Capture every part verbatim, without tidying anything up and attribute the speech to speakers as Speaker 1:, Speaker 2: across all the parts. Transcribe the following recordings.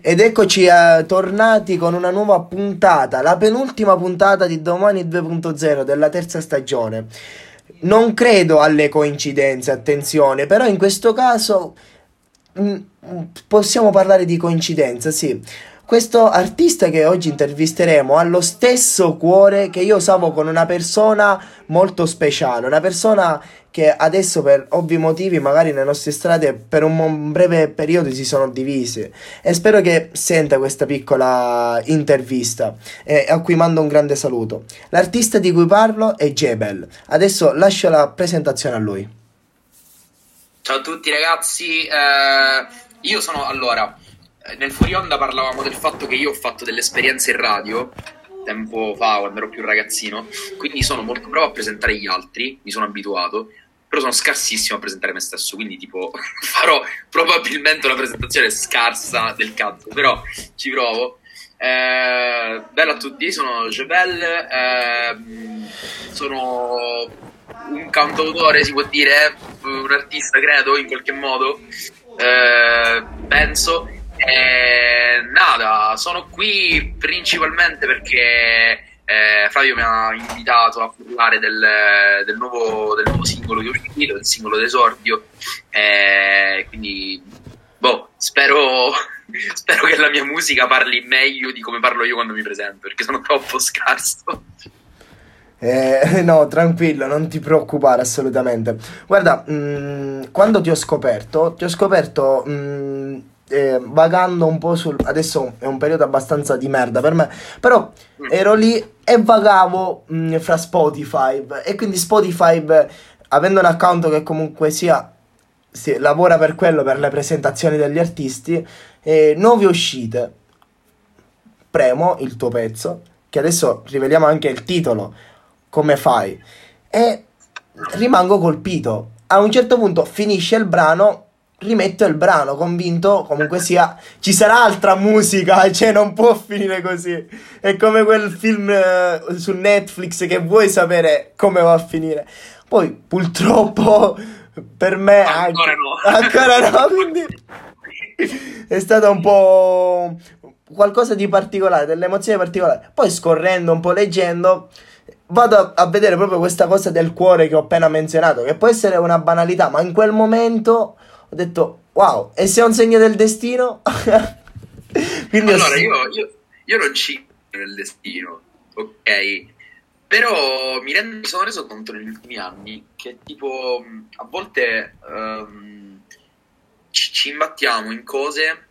Speaker 1: Ed eccoci eh, tornati con una nuova puntata, la penultima puntata di Domani due punto zero della terza stagione. Non credo alle coincidenze, attenzione, però in questo caso mh, possiamo parlare di coincidenza, sì. Questo artista che oggi intervisteremo ha lo stesso cuore che io usavo con una persona molto speciale, una persona che adesso per ovvi motivi magari le nostre strade per un mo- breve periodo si sono divise, e spero che senta questa piccola intervista e a cui mando un grande saluto. L'artista di cui parlo è Jebel. Adesso lascio la presentazione a lui.
Speaker 2: Ciao a tutti ragazzi, eh, io sono allora nel fuori onda parlavamo del fatto che io ho fatto delle esperienze in radio tempo fa, quando ero più ragazzino, quindi sono molto bravo a presentare gli altri, mi sono abituato, però sono scarsissimo a presentare me stesso, quindi tipo farò probabilmente una presentazione scarsa del cazzo, però ci provo. Eh, bella a tutti, sono Jebel, eh, sono un cantautore, si può dire, un artista credo in qualche modo, eh, penso. Eh, nada, sono qui principalmente perché eh, Flavio mi ha invitato a parlare del, del, nuovo, del nuovo singolo che ho uscito, del singolo d'esordio, eh, quindi boh, spero, spero che la mia musica parli meglio di come parlo io quando mi presento, perché sono troppo scarso.
Speaker 1: Eh, no, tranquillo, non ti preoccupare assolutamente. Guarda, mh, quando ti ho scoperto, ti ho scoperto mh, eh, vagando un po' sul... Adesso è un periodo abbastanza di merda per me, però ero lì e vagavo mh, fra Spotify, e quindi Spotify, avendo un account che comunque sia... Sì, lavora per quello, per le presentazioni degli artisti, eh, nuove uscite. Premo il tuo pezzo, che adesso riveliamo anche il titolo, Come fai? E rimango colpito. A un certo punto finisce il brano, rimetto il brano, convinto comunque sia ci sarà altra musica, cioè non può finire così. È come quel film eh, su Netflix che vuoi sapere come va a finire. Poi purtroppo per me
Speaker 2: Ancora
Speaker 1: anche,
Speaker 2: no.
Speaker 1: ancora no, quindi è stato un po' qualcosa di particolare, delle emozioni particolari. Poi scorrendo un po', leggendo, vado a, a vedere proprio questa cosa del cuore che ho appena menzionato, che può essere una banalità, ma in quel momento ho detto wow, e se è un segno del destino? Quindi
Speaker 2: allora
Speaker 1: ho...
Speaker 2: io, io, io non ci credo nel destino, ok? Però mi, rendo, mi sono reso conto negli ultimi anni che tipo a volte um, ci, ci imbattiamo in cose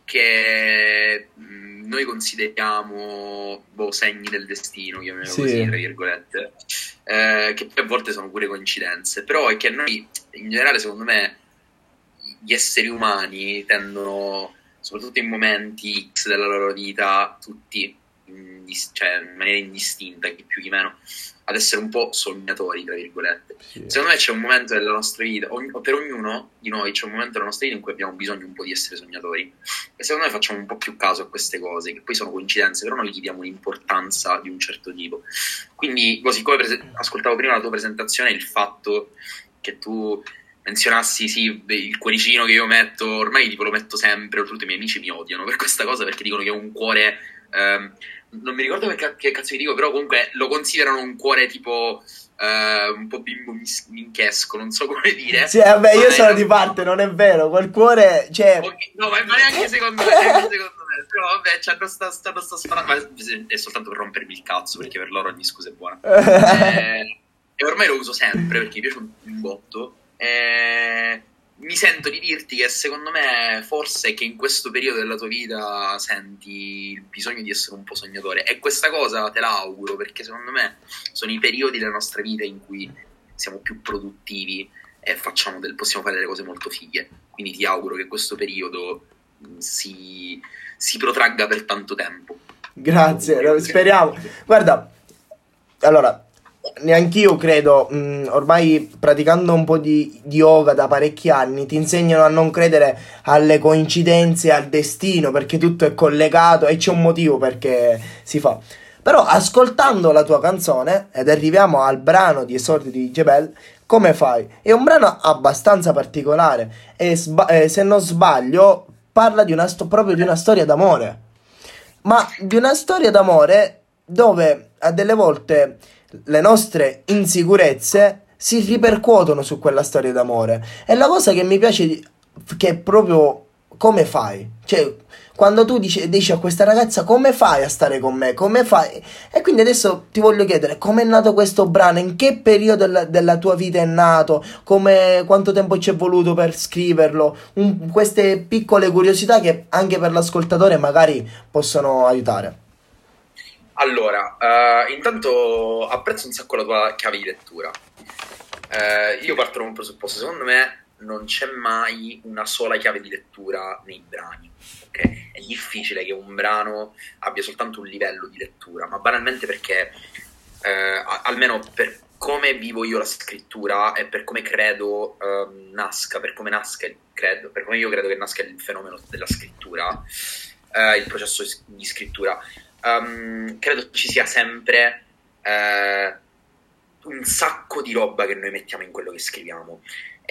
Speaker 2: che mh, noi consideriamo boh, segni del destino, chiamiamolo
Speaker 1: Sì.
Speaker 2: così, tra virgolette, eh, che poi a volte sono pure coincidenze, però è che noi, in generale, secondo me, gli esseri umani tendono, soprattutto in momenti X della loro vita, tutti, in, cioè in maniera indistinta, chi più chi meno, ad essere un po' sognatori, tra virgolette. Sì. Secondo me c'è un momento della nostra vita, ogni, per ognuno di noi c'è un momento della nostra vita in cui abbiamo bisogno un po' di essere sognatori, e secondo me facciamo un po' più caso a queste cose, che poi sono coincidenze, però noi gli diamo un'importanza di un certo tipo. Quindi, siccome prese- ascoltavo prima la tua presentazione, il fatto che tu menzionassi sì, il cuoricino che io metto, ormai tipo lo metto sempre, oltretutto i miei amici mi odiano per questa cosa, perché dicono che ho un cuore... Ehm, non mi ricordo che, che cazzo mi dico, però comunque lo considerano un cuore tipo uh, un po' bimbo minchesco, non so come dire.
Speaker 1: Sì, vabbè, io sono di parte, non è vero, quel cuore, cioè...
Speaker 2: Okay, no, ma neanche secondo me, neanche secondo me, però vabbè, c'hanno sta, stanno sta sparando, ma è soltanto per rompermi il cazzo, perché per loro ogni scusa è buona. eh, e ormai lo uso sempre, perché mi piace un, un botto. Eh, mi sento di dirti che secondo me forse che in questo periodo della tua vita senti il bisogno di essere un po' sognatore, e questa cosa te la auguro, perché secondo me sono i periodi della nostra vita in cui siamo più produttivi e facciamo del, possiamo fare delle cose molto fighe, quindi ti auguro che questo periodo si, si protragga per tanto tempo.
Speaker 1: Grazie, speriamo. Guarda, allora neanch'io credo, mh, ormai praticando un po' di, di yoga da parecchi anni, ti insegnano a non credere alle coincidenze, al destino, perché tutto è collegato e c'è un motivo perché si fa. Però ascoltando la tua canzone, ed arriviamo al brano di esordio di Jebel, Come fai? È un brano abbastanza particolare e sba- eh, se non sbaglio parla di una sto- proprio di una storia d'amore, ma di una storia d'amore dove a delle volte le nostre insicurezze si ripercuotono su quella storia d'amore. E la cosa che mi piace di- che è proprio come fai, cioè quando tu dici, dici a questa ragazza come fai a stare con me, come fai, e quindi adesso ti voglio chiedere come è nato questo brano, in che periodo della, della tua vita è nato, come, quanto tempo ci è voluto per scriverlo, un- queste piccole curiosità che anche per l'ascoltatore magari possono aiutare.
Speaker 2: Allora, eh, intanto apprezzo un sacco la tua chiave di lettura. Eh, io parto da un presupposto, secondo me non c'è mai una sola chiave di lettura nei brani, ok? È difficile che un brano abbia soltanto un livello di lettura, ma banalmente perché, eh, a- almeno per come vivo io la scrittura e per come credo ehm, nasca, per come nasca, il- credo, per come io credo che nasca il fenomeno della scrittura, eh, il processo di scrittura. Um, credo ci sia sempre eh, un sacco di roba che noi mettiamo in quello che scriviamo.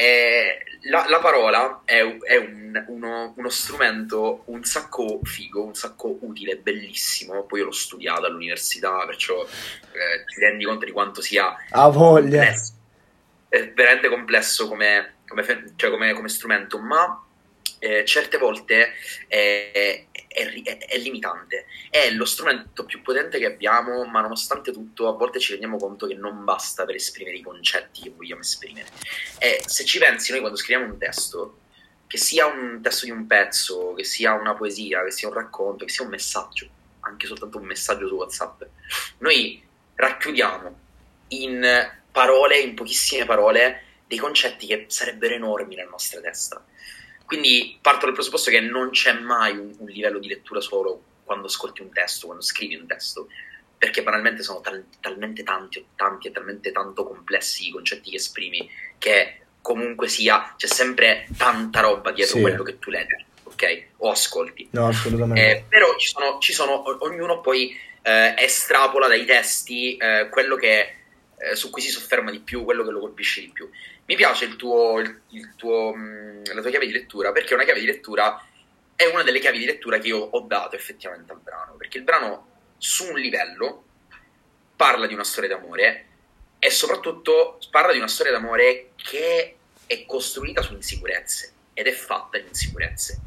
Speaker 2: E la, la parola è, è un, uno, uno strumento un sacco figo, un sacco utile, bellissimo. Poi io l'ho studiato all'università, perciò eh, ti rendi conto di quanto sia
Speaker 1: A voglia.
Speaker 2: complesso, è veramente complesso come, come, fe- cioè come, come strumento, ma eh, certe volte è, è, è, è limitante. È lo strumento più potente che abbiamo, ma nonostante tutto a volte ci rendiamo conto che non basta per esprimere i concetti che vogliamo esprimere. E se ci pensi, noi quando scriviamo un testo, che sia un testo di un pezzo, che sia una poesia, che sia un racconto, che sia un messaggio, anche soltanto un messaggio su WhatsApp, noi racchiudiamo in parole, in pochissime parole, dei concetti che sarebbero enormi nella nostra testa. Quindi parto dal presupposto che non c'è mai un, un livello di lettura solo quando ascolti un testo, quando scrivi un testo, perché banalmente sono tal- talmente tanti, tanti e talmente tanto complessi i concetti che esprimi, che comunque sia, c'è sempre tanta roba dietro
Speaker 1: Sì.
Speaker 2: quello che tu leggi, ok? O ascolti.
Speaker 1: No, assolutamente.
Speaker 2: Eh, però ci sono, ci sono, ognuno poi eh, estrapola dai testi eh, quello che eh, su cui si sofferma di più, quello che lo colpisce di più. Mi piace il tuo, il, il tuo, mh, la tua chiave di lettura, perché una chiave di lettura è una delle chiavi di lettura che io ho dato effettivamente al brano, perché il brano su un livello parla di una storia d'amore e soprattutto parla di una storia d'amore che è costruita su insicurezze ed è fatta di insicurezze.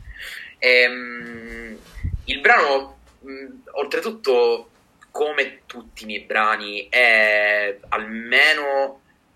Speaker 2: Ehm, il brano, mh, oltretutto, come tutti i miei brani, è almeno,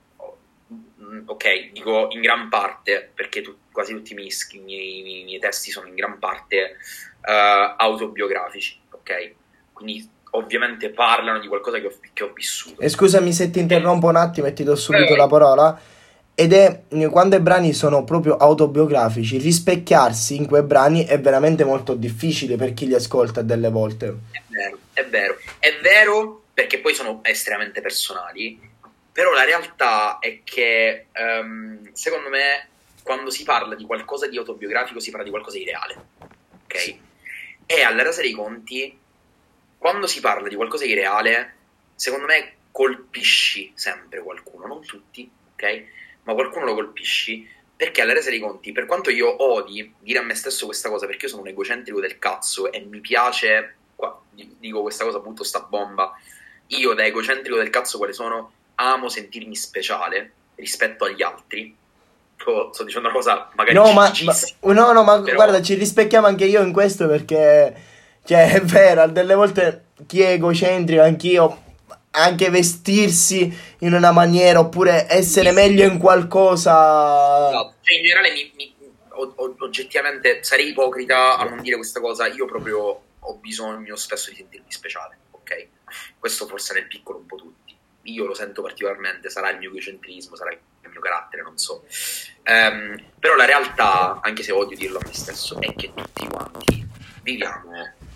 Speaker 2: ok, dico in gran parte, perché tu, quasi tutti i miei, i, miei, i miei testi sono in gran parte uh, autobiografici, ok? Quindi ovviamente parlano di qualcosa che ho, che ho vissuto.
Speaker 1: E scusami se ti interrompo un attimo e ti do subito
Speaker 2: Eh,
Speaker 1: la parola. Ed è quando i brani sono proprio autobiografici, rispecchiarsi in quei brani è veramente molto difficile per chi li ascolta delle volte.
Speaker 2: È vero, è vero, è vero perché poi sono estremamente personali, però la realtà è che um, secondo me quando si parla di qualcosa di autobiografico si parla di qualcosa di reale, ok? E alla resa dei conti, quando si parla di qualcosa di reale, secondo me colpisci sempre qualcuno, non tutti, ok? Ma qualcuno lo colpisci, perché alla resa dei conti, per quanto io odi dire a me stesso questa cosa, perché io sono un egocentrico del cazzo e mi piace, qua, dico questa cosa, butto sta bomba, io da egocentrico del cazzo quale sono, amo sentirmi speciale rispetto agli altri. Oh, sto dicendo una cosa magari
Speaker 1: No, ma, ma, no, no, ma
Speaker 2: però...
Speaker 1: guarda, ci rispecchiamo anche io in questo perché, cioè, è vero, delle volte chi è egocentrico, anch'io, anche vestirsi in una maniera oppure essere
Speaker 2: Sì,
Speaker 1: meglio
Speaker 2: sì.
Speaker 1: in qualcosa.
Speaker 2: Esatto. Cioè, in generale mi, mi, o, o, oggettivamente sarei ipocrita a non dire questa cosa. Io proprio ho bisogno spesso di sentirmi speciale, ok? Questo forse nel piccolo un po' tutti. Io lo sento particolarmente, sarà il mio egocentrismo, sarà il mio carattere, non so. Um, però la realtà, anche se odio dirlo a me stesso, è che tutti quanti viviamo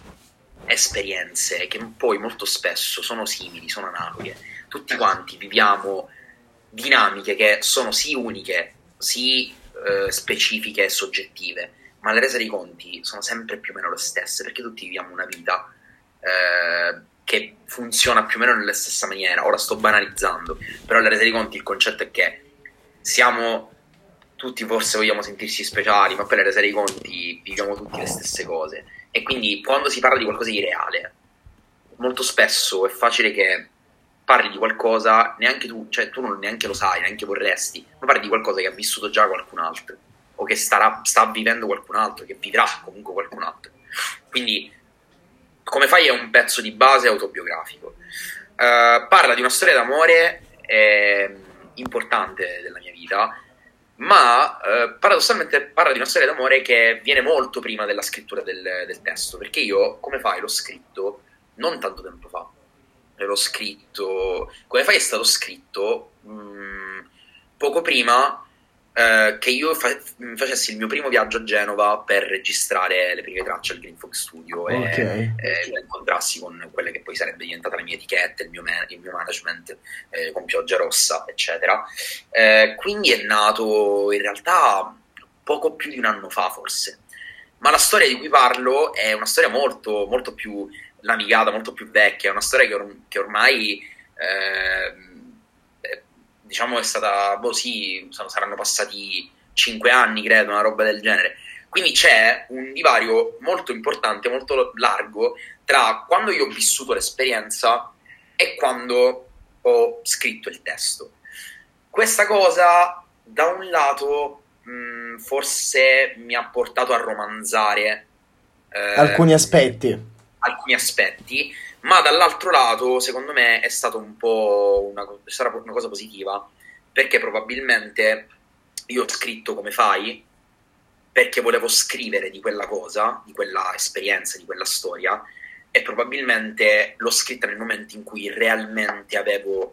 Speaker 2: esperienze che poi molto spesso sono simili, sono analoghe. Tutti quanti viviamo dinamiche che sono sì uniche, sì eh, specifiche e soggettive, ma alle rese dei conti sono sempre più o meno le stesse, perché tutti viviamo una vita eh, che funziona più o meno nella stessa maniera. Ora sto banalizzando, però alle rese dei conti il concetto è che siamo tutti forse vogliamo sentirsi speciali, ma poi nella resa dei conti viviamo tutti le stesse cose. E quindi quando si parla di qualcosa di reale, molto spesso è facile che parli di qualcosa, neanche tu, cioè tu non neanche lo sai, neanche vorresti, ma parli di qualcosa che ha vissuto già qualcun altro, o che starà, sta vivendo qualcun altro, che vivrà comunque qualcun altro. Quindi, come fai, è un pezzo di base autobiografico. Uh, parla di una storia d'amore eh, importante della mia vita, ma eh, paradossalmente parla di una storia d'amore che viene molto prima della scrittura del, del testo, perché io, come fai, l'ho scritto non tanto tempo fa. L'ho scritto, come fai è stato scritto mh, poco prima eh, che io fa- facessi il mio primo viaggio a Genova per registrare le prime tracce al Green Fox Studio okay. e eh, mi incontrassi con quelle che poi sarebbe diventata la mia etichetta, il mio, man- il mio management eh, con Pioggia Rossa, eccetera. Eh, quindi è nato in realtà poco più di un anno fa forse, ma la storia di cui parlo è una storia molto, molto più lamigata, molto più vecchia, è una storia che, or- che ormai eh, eh, diciamo è stata, boh sì, sono, saranno passati cinque anni credo, una roba del genere, quindi c'è un divario molto importante, molto largo tra quando io ho vissuto l'esperienza e quando ho scritto il testo. Questa cosa da un lato mh, forse mi ha portato a romanzare eh,
Speaker 1: alcuni aspetti
Speaker 2: alcuni aspetti, ma dall'altro lato secondo me è stato un po' una, è stata una cosa positiva, perché probabilmente io ho scritto Come fai perché volevo scrivere di quella cosa, di quella esperienza, di quella storia, e probabilmente l'ho scritta nel momento in cui realmente avevo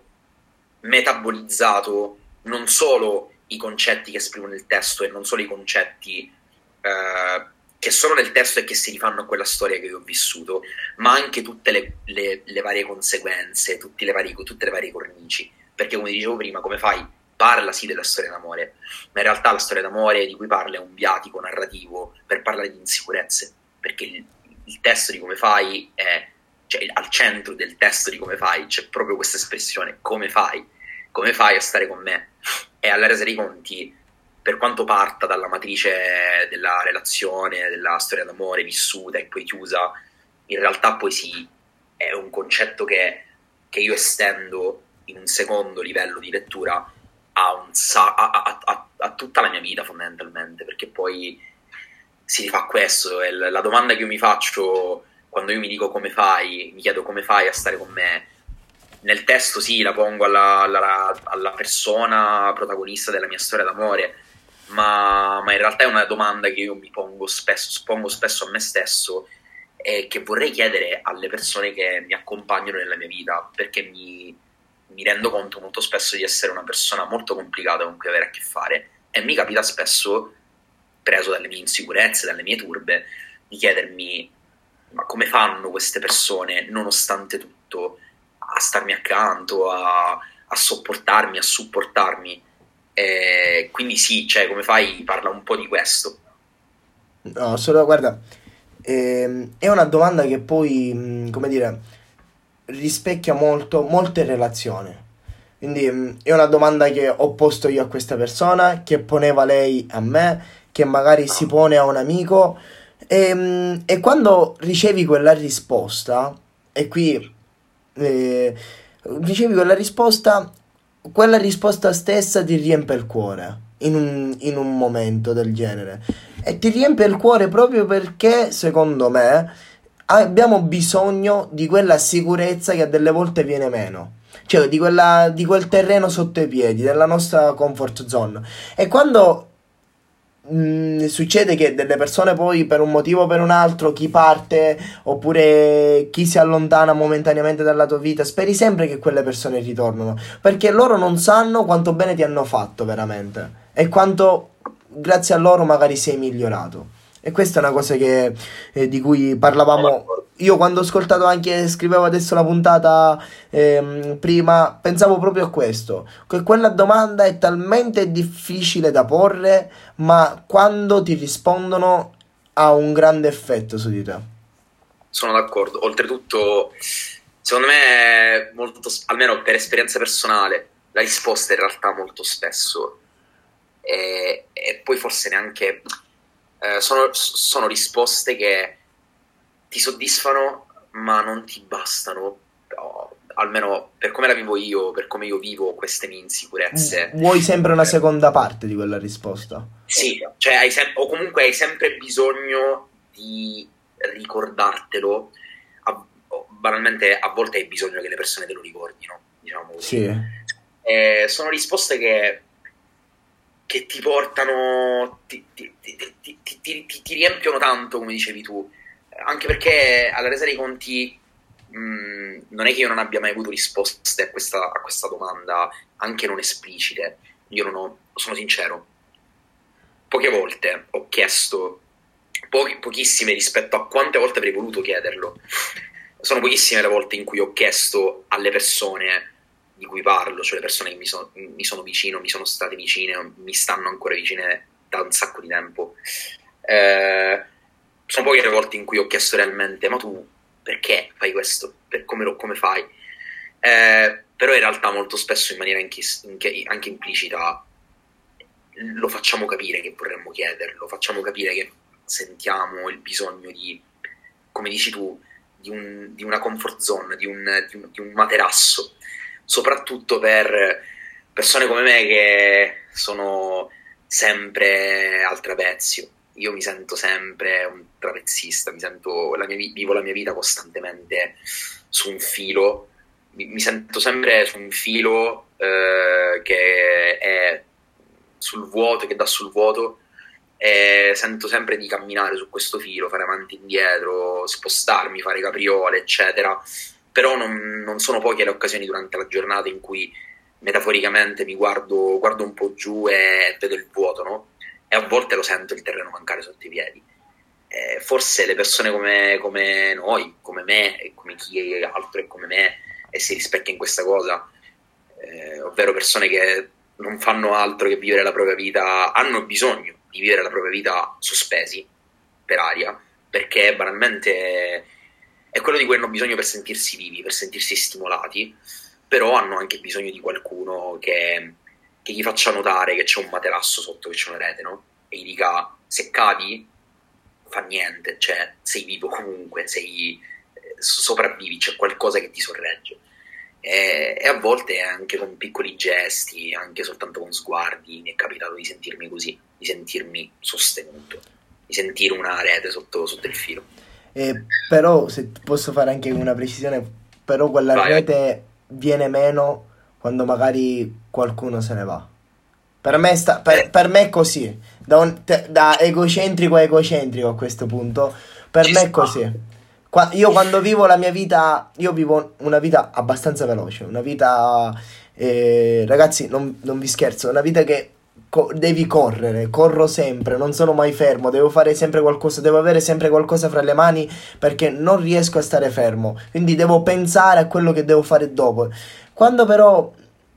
Speaker 2: metabolizzato non solo i concetti che esprimo nel testo e non solo i concetti eh, che sono nel testo e che si rifanno a quella storia che io ho vissuto, ma anche tutte le, le, le varie conseguenze, tutte le varie, tutte le varie cornici. Perché come dicevo prima, Come fai parla sì della storia d'amore, ma in realtà la storia d'amore di cui parla è un viatico narrativo per parlare di insicurezze, perché il, il testo di Come fai è, cioè al centro del testo di Come fai c'è proprio questa espressione, come fai, come fai a stare con me. E alla resa dei conti, per quanto parta dalla matrice della relazione, della storia d'amore vissuta e poi chiusa, in realtà poi sì, è un concetto che, che io estendo in un secondo livello di lettura a, un sa- a, a, a, a tutta la mia vita fondamentalmente, perché poi si rifà questo, e la domanda che io mi faccio quando io mi dico come fai, mi chiedo come fai a stare con me, nel testo sì, la pongo alla, alla, alla persona protagonista della mia storia d'amore, Ma, ma in realtà è una domanda che io mi pongo spesso, pongo spesso a me stesso e che vorrei chiedere alle persone che mi accompagnano nella mia vita, perché mi, mi rendo conto molto spesso di essere una persona molto complicata con cui avere a che fare, e mi capita spesso, preso dalle mie insicurezze, dalle mie turbe, di chiedermi ma come fanno queste persone, nonostante tutto, a starmi accanto, a, a sopportarmi, a supportarmi. Eh, quindi sì, cioè come fai parla un po' di questo.
Speaker 1: No, solo guarda, ehm, è una domanda che poi, mh, come dire, rispecchia molto molte relazioni. Quindi mh, è una domanda che ho posto io a questa persona, che poneva lei a me, che magari si pone a un amico, e, mh, e quando ricevi quella risposta, e qui eh, ricevi quella risposta, quella risposta stessa ti riempie il cuore in un, in un momento del genere. E ti riempie il cuore proprio perché, secondo me, abbiamo bisogno di quella sicurezza che a delle volte viene meno. Cioè, di, quella, di quel terreno sotto i piedi, della nostra comfort zone. E quando mh, succede che delle persone poi, per un motivo o per un altro, chi parte oppure chi si allontana momentaneamente dalla tua vita, speri sempre che quelle persone ritornano, perché loro non sanno quanto bene ti hanno fatto veramente e quanto grazie a loro magari sei migliorato. E questa è una cosa che, eh, di cui parlavamo. Io quando ho ascoltato anche, scrivevo adesso la puntata ehm, prima, pensavo proprio a questo, che quella domanda è talmente difficile da porre, ma quando ti rispondono ha un grande effetto su di te.
Speaker 2: Sono d'accordo. Oltretutto, secondo me, molto, almeno per esperienza personale, la risposta in realtà molto spesso e, e poi forse neanche eh, sono, sono risposte che ti soddisfano ma non ti bastano, no, almeno per come la vivo io, per come io vivo queste mie insicurezze.
Speaker 1: Vuoi sempre una seconda parte di quella risposta?
Speaker 2: Sì, cioè hai sem- o comunque hai sempre bisogno di ricordartelo. A- banalmente a volte hai bisogno che le persone te lo ricordino, diciamo così.
Speaker 1: Sì.
Speaker 2: Eh, sono risposte che, che ti portano, ti, ti, ti, ti, ti, ti, ti riempiono tanto, come dicevi tu, anche perché alla resa dei conti mh, non è che io non abbia mai avuto risposte a questa, a questa domanda, anche non esplicite. Io non ho, sono sincero, poche volte ho chiesto, pochi, pochissime rispetto a quante volte avrei voluto chiederlo. Sono pochissime le volte in cui ho chiesto alle persone di cui parlo, cioè le persone che mi, so, mi sono vicino, mi sono state vicine, mi stanno ancora vicine da un sacco di tempo. Eh, sono poche le volte in cui ho chiesto realmente, ma tu perché fai questo? Per come, lo, come fai? Eh, però in realtà molto spesso in maniera anche, anche implicita lo facciamo capire che vorremmo chiederlo, facciamo capire che sentiamo il bisogno di, come dici tu, di, un, di una comfort zone, di un, di, un, di un materasso, soprattutto per persone come me che sono sempre al trapezio. Io mi sento sempre un trapezzista, mi sento, la mia, vivo la mia vita costantemente su un filo, mi, mi sento sempre su un filo eh, che è sul vuoto, che dà sul vuoto, e sento sempre di camminare su questo filo, fare avanti e indietro, spostarmi, fare capriole, eccetera. Però non, non sono poche le occasioni durante la giornata in cui metaforicamente mi guardo, guardo un po' giù e vedo il vuoto, no? E a volte lo sento il terreno mancare sotto i piedi. Eh, forse le persone come, come noi, come me, e come chi altro è come me, e si rispecchia in questa cosa, eh, ovvero persone che non fanno altro che vivere la propria vita, hanno bisogno di vivere la propria vita sospesi per aria, perché banalmente è quello di cui hanno bisogno per sentirsi vivi, per sentirsi stimolati, però hanno anche bisogno di qualcuno che, che gli faccia notare che c'è un materasso sotto, che c'è una rete, no? E gli dica, se cadi fa niente, cioè sei vivo comunque, sei, eh, sopravvivi, c'è qualcosa che ti sorregge. E, e a volte anche con piccoli gesti, anche soltanto con sguardi, mi è capitato di sentirmi così, di sentirmi sostenuto, di sentire una rete sotto, sotto il filo.
Speaker 1: Eh, però, se posso fare anche una precisione, però quella
Speaker 2: Vai.
Speaker 1: rete viene meno quando magari qualcuno se ne va. Per me, sta, per, per me è così, da, un, te, da egocentrico a egocentrico a questo punto, per
Speaker 2: Ci
Speaker 1: me è
Speaker 2: sta.
Speaker 1: così. Qua, io quando vivo la mia vita, io vivo una vita abbastanza veloce, una vita, eh, ragazzi, non, non vi scherzo, una vita che co- devi correre, corro sempre, non sono mai fermo, devo fare sempre qualcosa, devo avere sempre qualcosa fra le mani perché non riesco a stare fermo, quindi devo pensare a quello che devo fare dopo. Quando però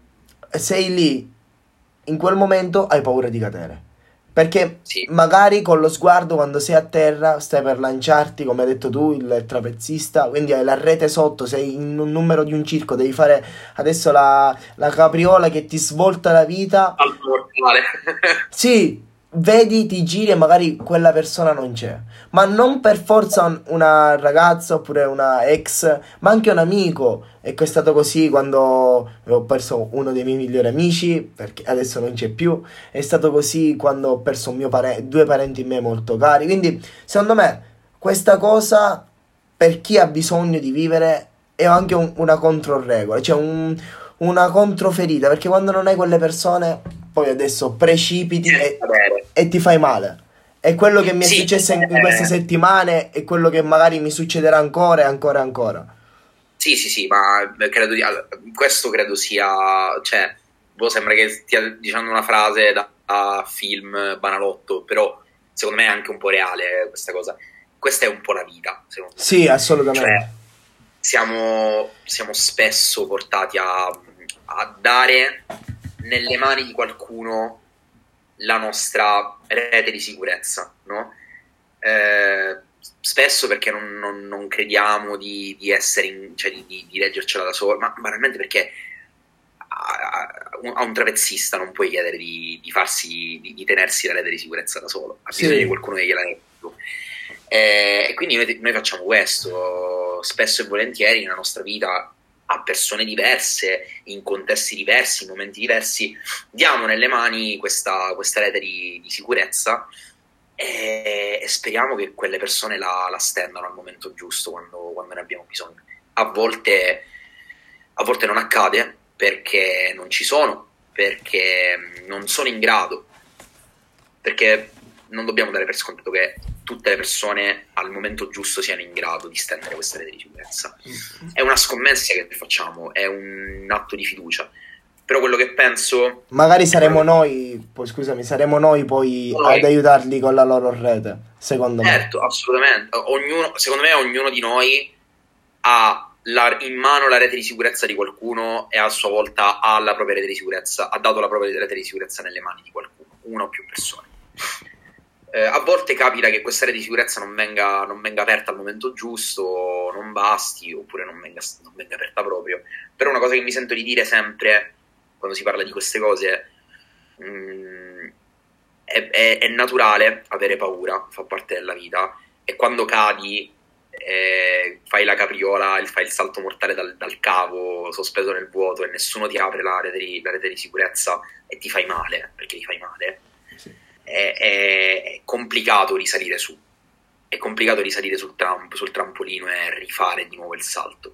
Speaker 1: sei lì, in quel momento hai paura di cadere. Perché
Speaker 2: Sì.
Speaker 1: magari con lo sguardo, quando sei a terra, stai per lanciarti, come hai detto tu, il trapezzista, quindi hai la rete sotto, sei in un numero di un circo, devi fare adesso la, la capriola che ti svolta la vita.
Speaker 2: Salto mortale.
Speaker 1: Sì, vedi, ti giri e magari quella persona non c'è. Ma non per forza un- una ragazza oppure una ex, ma anche un amico. E è stato così quando ho perso uno dei miei migliori amici, perché adesso non c'è più. È stato così quando ho perso un mio pare- due parenti in me molto cari. Quindi, secondo me, questa cosa, per chi ha bisogno di vivere, è anche un- una controregola, cioè un- una controferita, perché quando non hai quelle persone, poi adesso precipiti e, e ti fai male. È quello che mi è
Speaker 2: Sì,
Speaker 1: successo in, in
Speaker 2: eh,
Speaker 1: queste settimane e quello che magari mi succederà ancora e ancora e ancora.
Speaker 2: Sì, sì, sì, ma credo di, allora, questo credo sia, cioè, boh, sembra che stia dicendo una frase da, da film banalotto, però secondo me è anche un po' reale questa cosa. Questa è un po' la vita, secondo me.
Speaker 1: Sì, assolutamente.
Speaker 2: Cioè, siamo, siamo spesso portati a, a dare nelle mani di qualcuno la nostra rete di sicurezza, no? Eh, spesso perché non, non, non crediamo di, di essere in, cioè di, di, di reggercela da soli, ma banalmente perché a, a un trapezzista non puoi chiedere di, di farsi di, di tenersi la rete di sicurezza da solo, ha bisogno
Speaker 1: Sì.
Speaker 2: di qualcuno che gliela dà. E, e quindi noi, noi facciamo questo spesso e volentieri nella nostra vita, a persone diverse, in contesti diversi, in momenti diversi, diamo nelle mani questa, questa rete di, di sicurezza e, e speriamo che quelle persone la, la stendano al momento giusto, quando, quando ne abbiamo bisogno. A volte, a volte non accade perché non ci sono, perché non sono in grado, perché non dobbiamo dare per scontato che tutte le persone al momento giusto siano in grado di stendere questa rete di sicurezza. È una scommessa che facciamo, è un atto di fiducia. Però quello che penso...
Speaker 1: Magari saremo noi, poi scusami, saremo noi poi
Speaker 2: Noi.
Speaker 1: ad aiutarli con la loro rete, secondo me.
Speaker 2: Certo, assolutamente. Ognuno, secondo me ognuno di noi ha la, in mano la rete di sicurezza di qualcuno e a sua volta ha la propria rete di sicurezza, ha dato la propria rete di sicurezza nelle mani di qualcuno, una o più persone. Eh, a volte capita che questa rete di sicurezza non venga, non venga aperta al momento giusto, non basti, oppure non venga, non venga aperta proprio. Però una cosa che mi sento di dire sempre quando si parla di queste cose, mh, è, è, è naturale avere paura, fa parte della vita, e quando cadi eh, fai la capriola, fai il salto mortale dal, dal cavo sospeso nel vuoto e nessuno ti apre la rete di, la rete di sicurezza e ti fai male, perché ti fai male. Sì. È, è, è complicato risalire su, è complicato risalire sul, tramp, sul trampolino e rifare di nuovo il salto.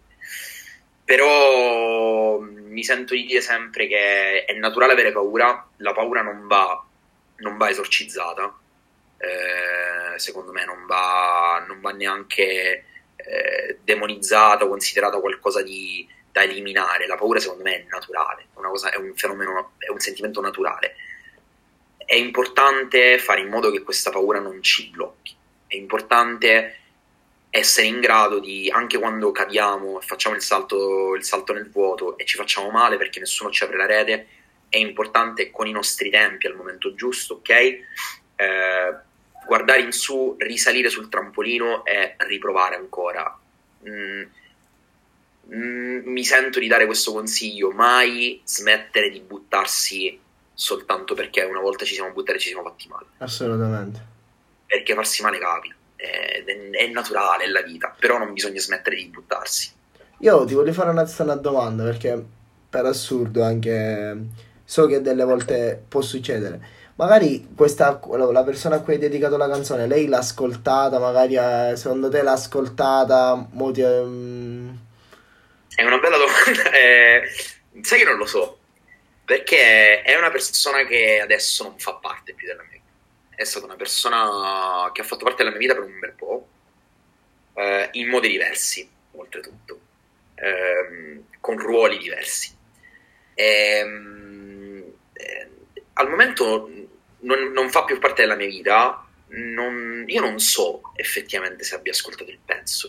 Speaker 2: Però mi sento di dire sempre che è naturale avere paura, la paura non va, non va esorcizzata, eh, secondo me non va, non va neanche eh, demonizzata o considerata qualcosa di, da eliminare. La paura secondo me è naturale, è, una cosa, è un fenomeno, è un sentimento naturale. È importante fare in modo che questa paura non ci blocchi, è importante essere in grado di, anche quando cadiamo e facciamo il salto, il salto nel vuoto e ci facciamo male perché nessuno ci apre la rete, è importante con i nostri tempi al momento giusto, ok? Eh, guardare in su, risalire sul trampolino e riprovare ancora. Mm, mm, mi sento di dare questo consiglio: mai smettere di buttarsi soltanto perché una volta ci siamo buttati e ci siamo fatti male.
Speaker 1: Assolutamente.
Speaker 2: Perché farsi male capita. È, è naturale, è la vita, però non bisogna smettere di buttarsi.
Speaker 1: Io ti voglio fare una, una domanda, perché per assurdo anche so che delle volte può succedere. Magari questa, la persona a cui hai dedicato la canzone, lei l'ha ascoltata, magari eh, secondo te l'ha ascoltata, mo ti, um...
Speaker 2: È una bella domanda. eh, sai che non lo so, perché è una persona che adesso non fa parte più della mia vita. È stata una persona che ha fatto parte della mia vita per un bel po', eh, in modi diversi, oltretutto, eh, con ruoli diversi. E, eh, al momento non, non fa più parte della mia vita, non, io non so effettivamente se abbia ascoltato il pezzo.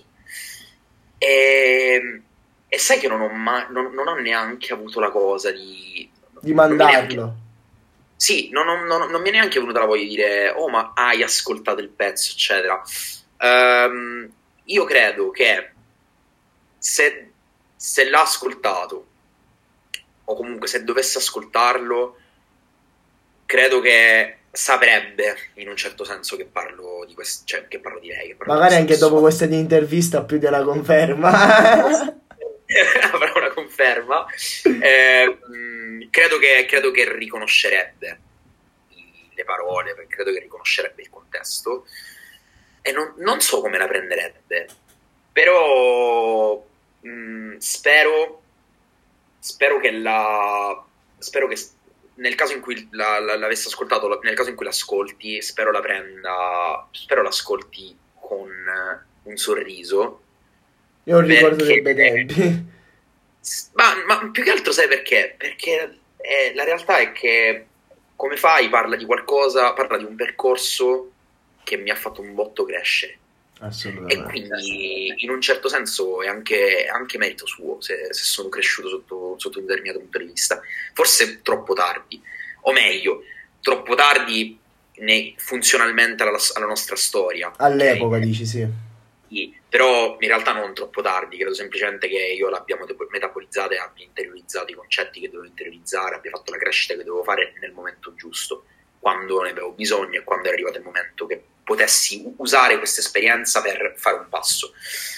Speaker 2: E, e sai che non ho, mai, non, non ho neanche avuto la cosa di...
Speaker 1: Di mandarlo.
Speaker 2: Sì, non, non, non, non mi è neanche venuta la voglia di dire oh ma hai ascoltato il pezzo eccetera. Um, io credo che se, se l'ha ascoltato o comunque se dovesse ascoltarlo, credo che saprebbe in un certo senso che parlo di questo, cioè che parlo di lei, che parlo
Speaker 1: magari
Speaker 2: di
Speaker 1: anche
Speaker 2: persona.
Speaker 1: dopo questa intervista più di una conferma.
Speaker 2: Avrà una conferma. eh, mh, credo, che, credo che riconoscerebbe le parole, credo che riconoscerebbe il contesto e non, non so come la prenderebbe, però mh, spero spero che la spero che nel caso in cui la, la, l'avesse ascoltato, nel caso in cui l'ascolti, spero la prenda spero l'ascolti con un sorriso.
Speaker 1: Io non ricordo dei bei tempi.
Speaker 2: Ma, ma più che altro sai perché? Perché eh, la realtà è che Come fai parla di qualcosa, parla di un percorso che mi ha fatto un botto crescere.
Speaker 1: Assolutamente.
Speaker 2: E quindi in un certo senso è anche, anche merito suo se, se sono cresciuto sotto, sotto un determinato punto di vista. Forse troppo tardi, o meglio, troppo tardi ne, funzionalmente alla, alla nostra storia.
Speaker 1: All'epoca
Speaker 2: okay?
Speaker 1: dici sì.
Speaker 2: Sì, però in realtà non troppo tardi, credo semplicemente che io l'abbiamo metabolizzata e abbia interiorizzato i concetti che dovevo interiorizzare, abbia fatto la crescita che dovevo fare nel momento giusto, quando ne avevo bisogno e quando era arrivato il momento che potessi usare questa esperienza per fare un passo.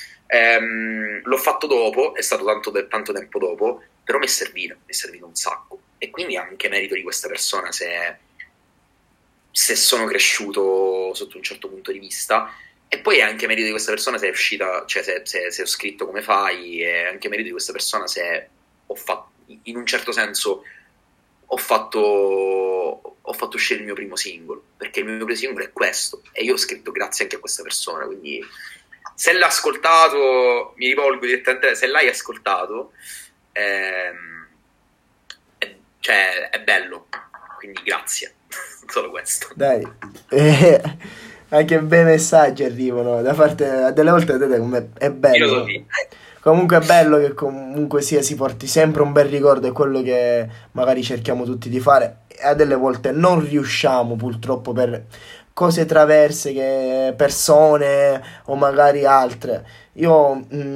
Speaker 2: Ehm, l'ho fatto dopo, è stato tanto, tanto tempo dopo, però mi è servito, mi è servito un sacco, e quindi è anche merito di questa persona se, se sono cresciuto sotto un certo punto di vista. E poi è anche merito di questa persona se è uscita, cioè se, se, se ho scritto come fai, è anche merito di questa persona se ho fatto, in un certo senso, ho fatto, ho fatto uscire il mio primo singolo, perché il mio primo singolo è questo, e io ho scritto grazie anche a questa persona, quindi se l'ha ascoltato, mi rivolgo direttamente, se l'hai ascoltato, ehm, è, cioè è bello, quindi grazie, solo questo.
Speaker 1: Dai, eh, anche bei messaggi arrivano da parte, a delle volte vedete come è bello. Comunque è bello che comunque sia si porti sempre un bel ricordo, è quello che magari cerchiamo tutti di fare, e a delle volte non riusciamo purtroppo per cose traverse, che persone o magari altre. Io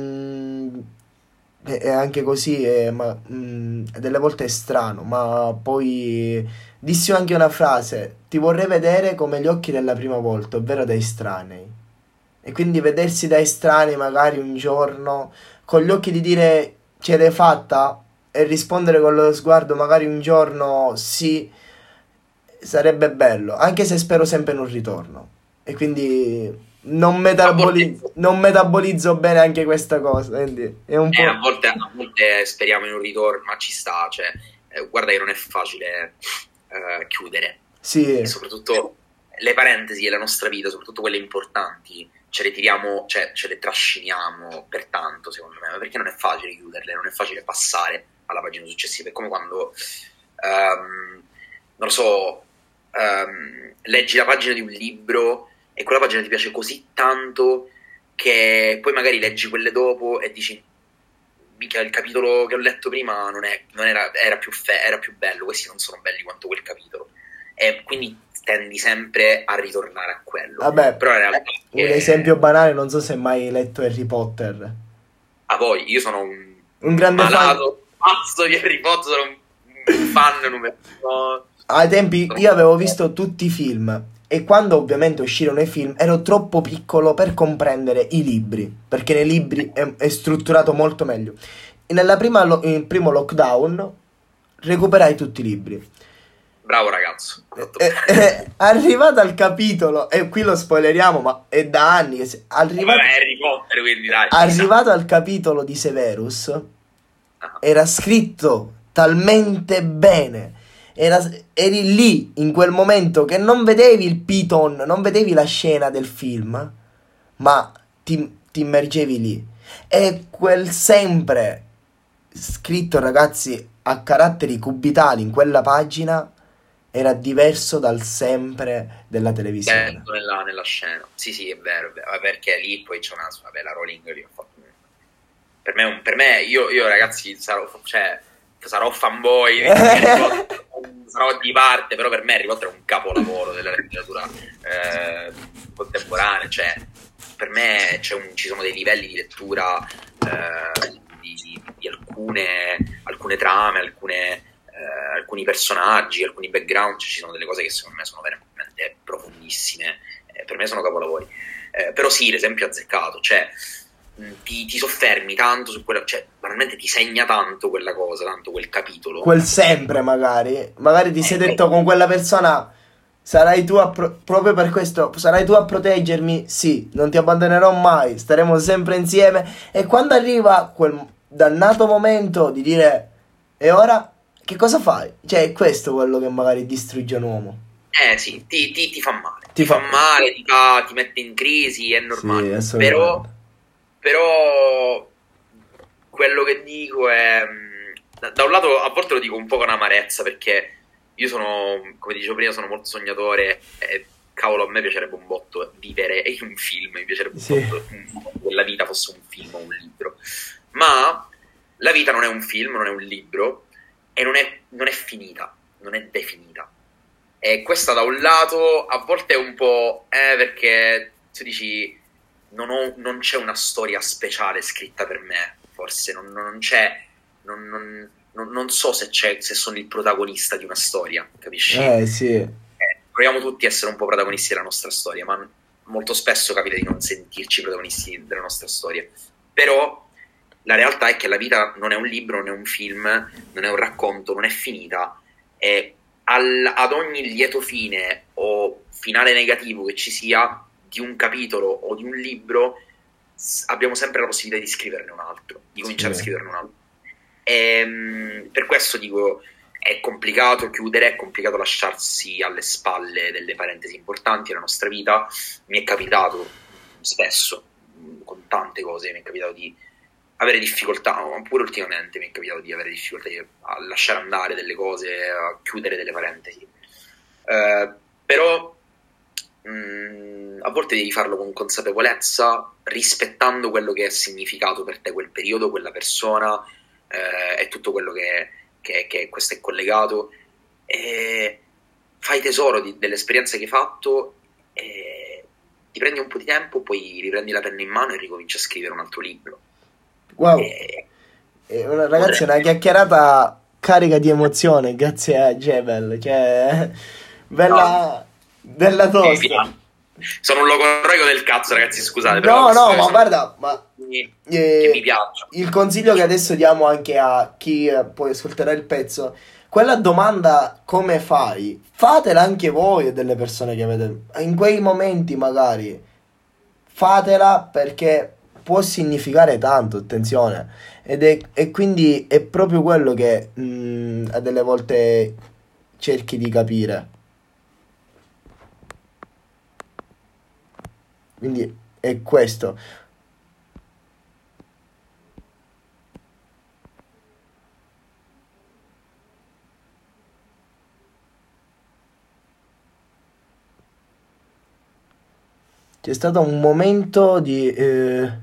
Speaker 1: mh, è anche così, è, ma mh, delle volte è strano, ma poi dissi anche una frase: ti vorrei vedere come gli occhi della prima volta, ovvero da estranei. E quindi vedersi da estranei magari un giorno con gli occhi di dire ce l'hai fatta, e rispondere con lo sguardo magari un giorno sì, sarebbe bello, anche se spero sempre in un ritorno. E quindi non, metaboli- non metabolizzo bene anche questa cosa, quindi è un po'...
Speaker 2: Eh, a volte, a volte speriamo in un ritorno, ma ci sta, cioè, eh, guarda che non è facile eh, chiudere.
Speaker 1: Sì.
Speaker 2: E soprattutto le parentesi della nostra vita, soprattutto quelle importanti, ce le tiriamo, cioè ce le trasciniamo per tanto, secondo me, perché non è facile chiuderle, non è facile passare alla pagina successiva. È come quando, um, non lo so, um, leggi la pagina di un libro e quella pagina ti piace così tanto che poi magari leggi quelle dopo e dici mica il capitolo che ho letto prima non, è, non era, era, più fe- era più bello, questi non sono belli quanto quel capitolo, e quindi tendi sempre a ritornare a quello.
Speaker 1: Vabbè,
Speaker 2: però in realtà
Speaker 1: un esempio banale, non so se hai mai letto Harry Potter.
Speaker 2: Ah, poi io sono un,
Speaker 1: un grande
Speaker 2: malato fan. Pazzo di Harry Potter, sono un, un fan numero uno.
Speaker 1: Ai tempi io avevo visto tutti i film, e quando ovviamente uscirono i film ero troppo piccolo per comprendere i libri, perché nei libri è, è strutturato molto meglio. Nella prima lo, nel primo lockdown recuperai tutti i libri.
Speaker 2: Bravo ragazzo.
Speaker 1: Eh, eh, arrivato al capitolo, e qui lo spoileriamo, ma è da anni che si, arrivato,
Speaker 2: Vabbè, Harry Potter, quindi dai,
Speaker 1: arrivato al capitolo di Severus, ah. era scritto talmente bene, era, eri lì in quel momento che non vedevi il Piton, non vedevi la scena del film, ma ti, ti immergevi lì, e quel sempre scritto, ragazzi, a caratteri cubitali in quella pagina era diverso dal sempre della televisione.
Speaker 2: Nella, nella scena. Sì, sì, è vero, è vero, perché lì poi c'è una... Vabbè, la Rowling lì ho fatto... Per me, per me io, io ragazzi, sarò, cioè, sarò fanboy, sarò di parte, però per me Harry Potter è un capolavoro della letteratura eh, contemporanea, cioè, per me c'è un, ci sono dei livelli di lettura eh, di, di, di alcune, alcune trame, alcune... Eh, alcuni personaggi, alcuni background, ci sono delle cose che secondo me sono veramente profondissime, eh, per me sono capolavori, eh, però sì, l'esempio azzeccato, cioè mh, ti, ti soffermi tanto su quella, cioè veramente ti segna tanto quella cosa, tanto quel capitolo,
Speaker 1: quel sempre magari magari ti eh, sei detto eh. con quella persona sarai tu a pro- proprio per questo sarai tu a proteggermi, sì, non ti abbandonerò mai, staremo sempre insieme, e quando arriva quel dannato momento di dire e ora che cosa fai? Cioè, è questo quello che magari distrugge un uomo.
Speaker 2: Eh sì, ti, ti, ti fa male. Ti, ti fa, fa male, ti, fa, ti mette in crisi, è normale. Sì, però, però quello che dico è... Da, da un lato, a volte lo dico un po' con amarezza, perché io sono, come dicevo prima, sono molto sognatore e cavolo, a me piacerebbe un botto vivere in un film, mi piacerebbe sì. un botto che la vita fosse un film o un libro. Ma la vita non è un film, non è un libro, e non è, non è finita, non è definita. E questa da un lato a volte è un po' eh, perché tu dici non, ho, non c'è una storia speciale scritta per me, forse non, non c'è, non, non, non, non so se, c'è, se sono il protagonista di una storia, capisci?
Speaker 1: Eh sì.
Speaker 2: Eh, proviamo tutti a essere un po' protagonisti della nostra storia, ma molto spesso capita di non sentirci protagonisti della nostra storia. Però la realtà è che la vita non è un libro, non è un film, non è un racconto, non è finita, e al, ad ogni lieto fine o finale negativo che ci sia di un capitolo o di un libro, abbiamo sempre la possibilità di scriverne un altro, di cominciare sì. a scriverne un altro. E, per questo dico, è complicato chiudere, è complicato lasciarsi alle spalle delle parentesi importanti nella nostra vita. Mi è capitato spesso, con tante cose, mi è capitato di avere difficoltà, oppure ultimamente mi è capitato di avere difficoltà a lasciare andare delle cose, a chiudere delle parentesi. Eh, però mh, a volte devi farlo con consapevolezza, rispettando quello che è significato per te quel periodo, quella persona, eh, e tutto quello che, che, che questo è collegato. E fai tesoro di, dell'esperienza che hai fatto, e ti prendi un po' di tempo, poi riprendi la penna in mano e ricominci a scrivere un altro libro.
Speaker 1: Wow, e, e una, ragazzi, una chiacchierata carica di emozione grazie a Jebel, cioè bella, bella tosta.
Speaker 2: Sono un logorroico del cazzo, ragazzi, scusate.
Speaker 1: No,
Speaker 2: però
Speaker 1: no, ma guarda, ma
Speaker 2: che,
Speaker 1: eh,
Speaker 2: che mi piace. Il
Speaker 1: consiglio che adesso diamo anche a chi eh, poi ascolterà il pezzo, quella domanda come fai, fatela anche voi e delle persone che avete in quei momenti, magari fatela, perché può significare tanto, attenzione, ed è, e quindi è proprio quello che mh, a delle volte cerchi di capire. Quindi è questo. C'è stato un momento di eh,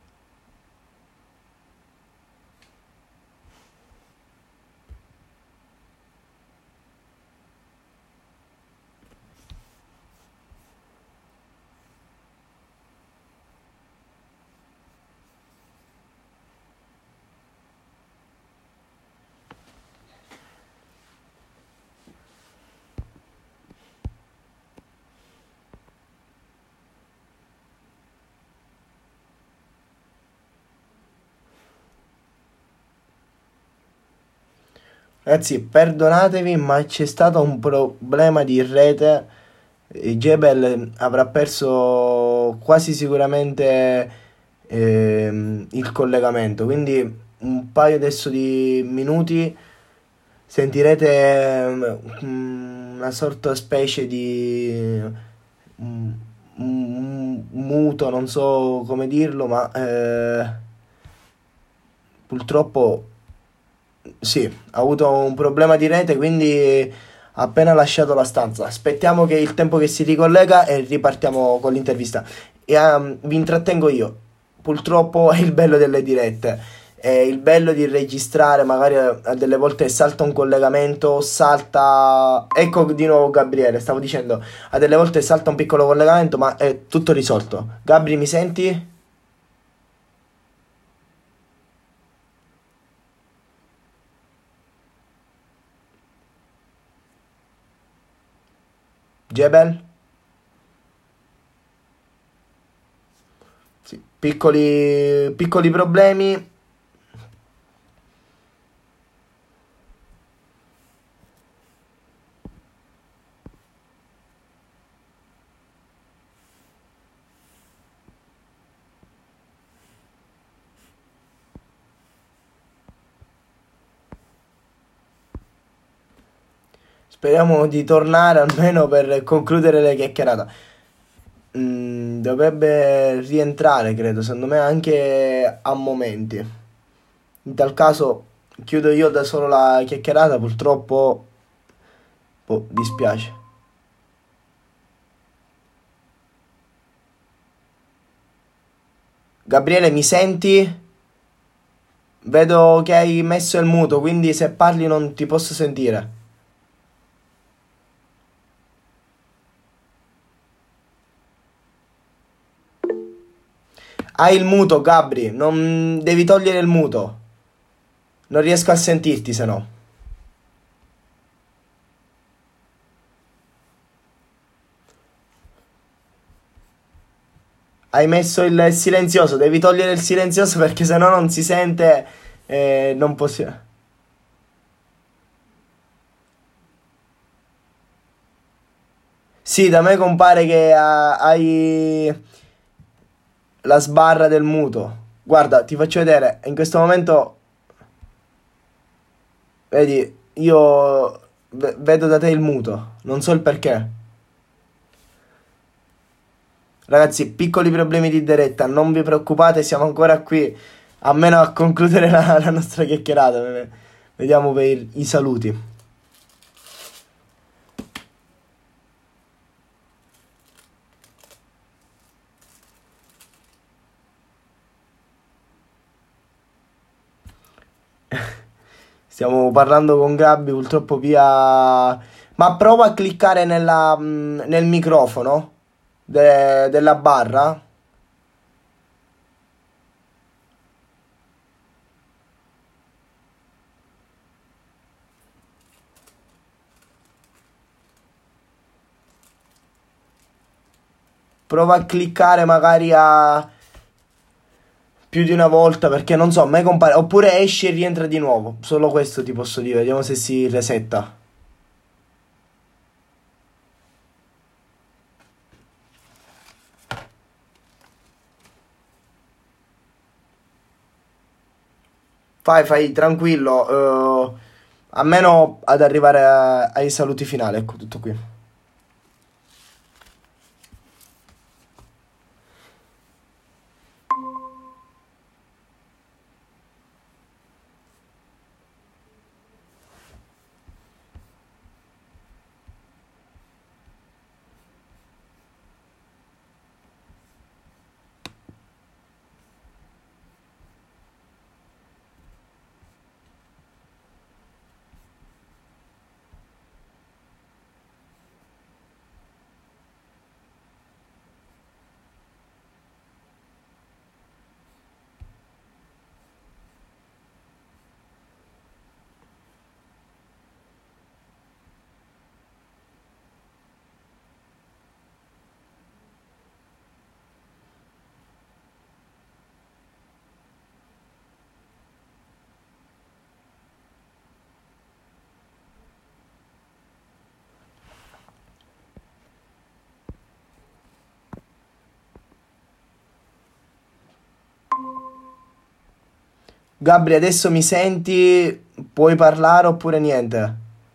Speaker 1: ragazzi, perdonatevi, ma c'è stato un problema di rete. Jebel avrà perso quasi sicuramente ehm, il collegamento, quindi un paio adesso di minuti sentirete ehm, una sorta specie di mm, mm, muto, non so come dirlo, ma eh, purtroppo sì, ha avuto un problema di rete, quindi ha appena lasciato la stanza. Aspettiamo che il tempo che si ricollega e ripartiamo con l'intervista. E um, vi intrattengo io. Purtroppo è il bello delle dirette. È il bello di registrare, magari a delle volte salta un collegamento, salta... Ecco di nuovo Gabriele, stavo dicendo, a delle volte salta un piccolo collegamento, ma è tutto risolto. Gabri, mi senti? Jebel? Sì, piccoli, piccoli problemi. Speriamo di tornare almeno per concludere la chiacchierata. Mm, dovrebbe rientrare, credo, secondo me anche a momenti. In tal caso chiudo io da solo la chiacchierata, purtroppo boh, dispiace. Gabriele, mi senti? Vedo che hai messo il muto, quindi se parli non ti posso sentire. Hai il muto, Gabri, non devi togliere il muto. Non riesco a sentirti, se no. Hai messo il silenzioso, devi togliere il silenzioso perché se no non si sente, eh, non possiamo. Sì, da me compare che ha- hai la sbarra del muto. Guarda, ti faccio vedere, in questo momento, vedi, io ve- vedo da te il muto, non so il perché. Ragazzi, piccoli problemi di diretta, non vi preoccupate, siamo ancora qui, almeno a concludere la, la nostra chiacchierata. Vediamo per i, i saluti. Stiamo parlando con Gabby, purtroppo via. Ma prova a cliccare nella, mh, nel microfono de- della barra. Prova a cliccare magari a più di una volta perché non so, a me compare. Oppure esci e rientra di nuovo. Solo questo ti posso dire. Vediamo se si resetta. Fai, fai tranquillo. eh, almeno ad arrivare a- ai saluti finali. Ecco, tutto qui. Gabri, adesso mi senti? Puoi parlare oppure niente?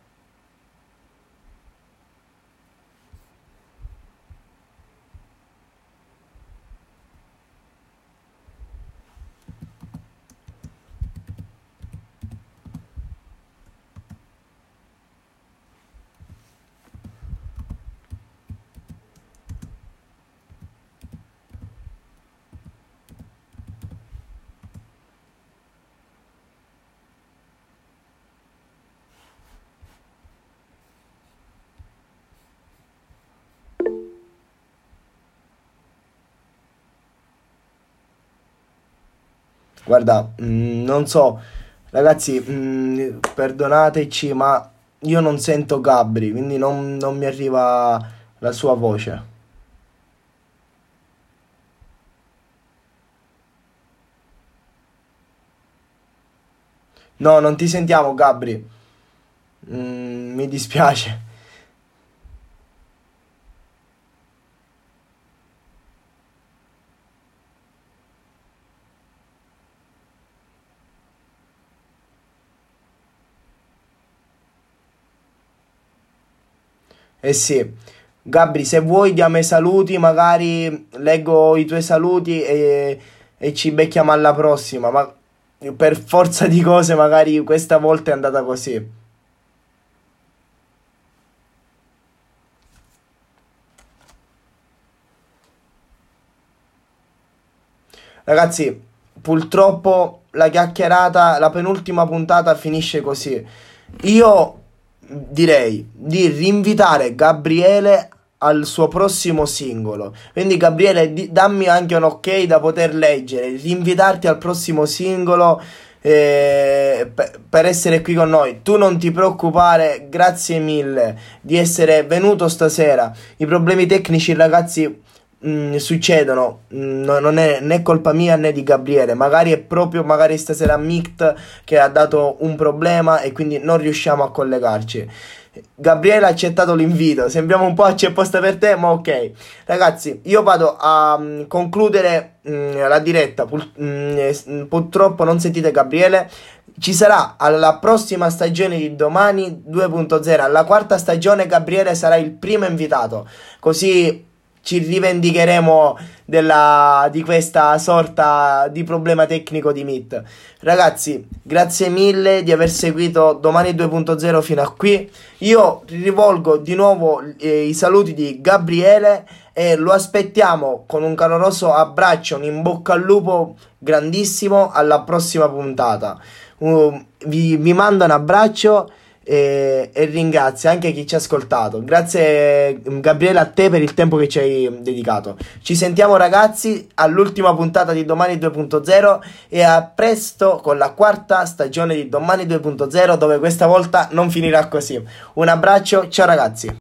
Speaker 1: Guarda, mm, non so, ragazzi, mm, perdonateci, ma io non sento Gabri, quindi non, non mi arriva la sua voce. No, non ti sentiamo, Gabri. Mm, mi dispiace. Eh sì, Gabri, se vuoi diamo i saluti, magari leggo i tuoi saluti e, e ci becchiamo alla prossima, ma per forza di cose magari questa volta è andata così. Ragazzi, purtroppo la chiacchierata, la penultima puntata finisce così. Io direi di rinvitare Gabriele al suo prossimo singolo. Quindi Gabriele, di- dammi anche un ok da poter leggere, di invitarti al prossimo singolo, eh, per, per essere qui con noi. Tu non ti preoccupare, grazie mille di essere venuto stasera. I problemi tecnici, ragazzi, mh, succedono, mh, no- non è né colpa mia né di Gabriele, magari è proprio magari stasera Mict che ha dato un problema e quindi non riusciamo a collegarci. Gabriele ha accettato l'invito, sembriamo un po' a c'è posta per te, ma ok. Ragazzi, io vado a mm, concludere mm, la diretta. Pur- mm, eh, s- mm, purtroppo non sentite Gabriele. Ci sarà alla prossima stagione di Domani due punto zero, alla quarta stagione Gabriele sarà il primo invitato, così ci rivendicheremo della, di questa sorta di problema tecnico di Meet. Ragazzi, grazie mille di aver seguito Domani due punto zero fino a qui. Io rivolgo di nuovo eh, i saluti di Gabriele e lo aspettiamo con un caloroso abbraccio, un in bocca al lupo grandissimo alla prossima puntata. Uh, vi, vi mando un abbraccio e, e ringrazio anche chi ci ha ascoltato. Grazie Gabriele a te per il tempo che ci hai dedicato. Ci sentiamo ragazzi all'ultima puntata di Domani due punto zero e a presto con la quarta stagione di Domani due punto zero, dove questa volta non finirà così. Un abbraccio, ciao ragazzi.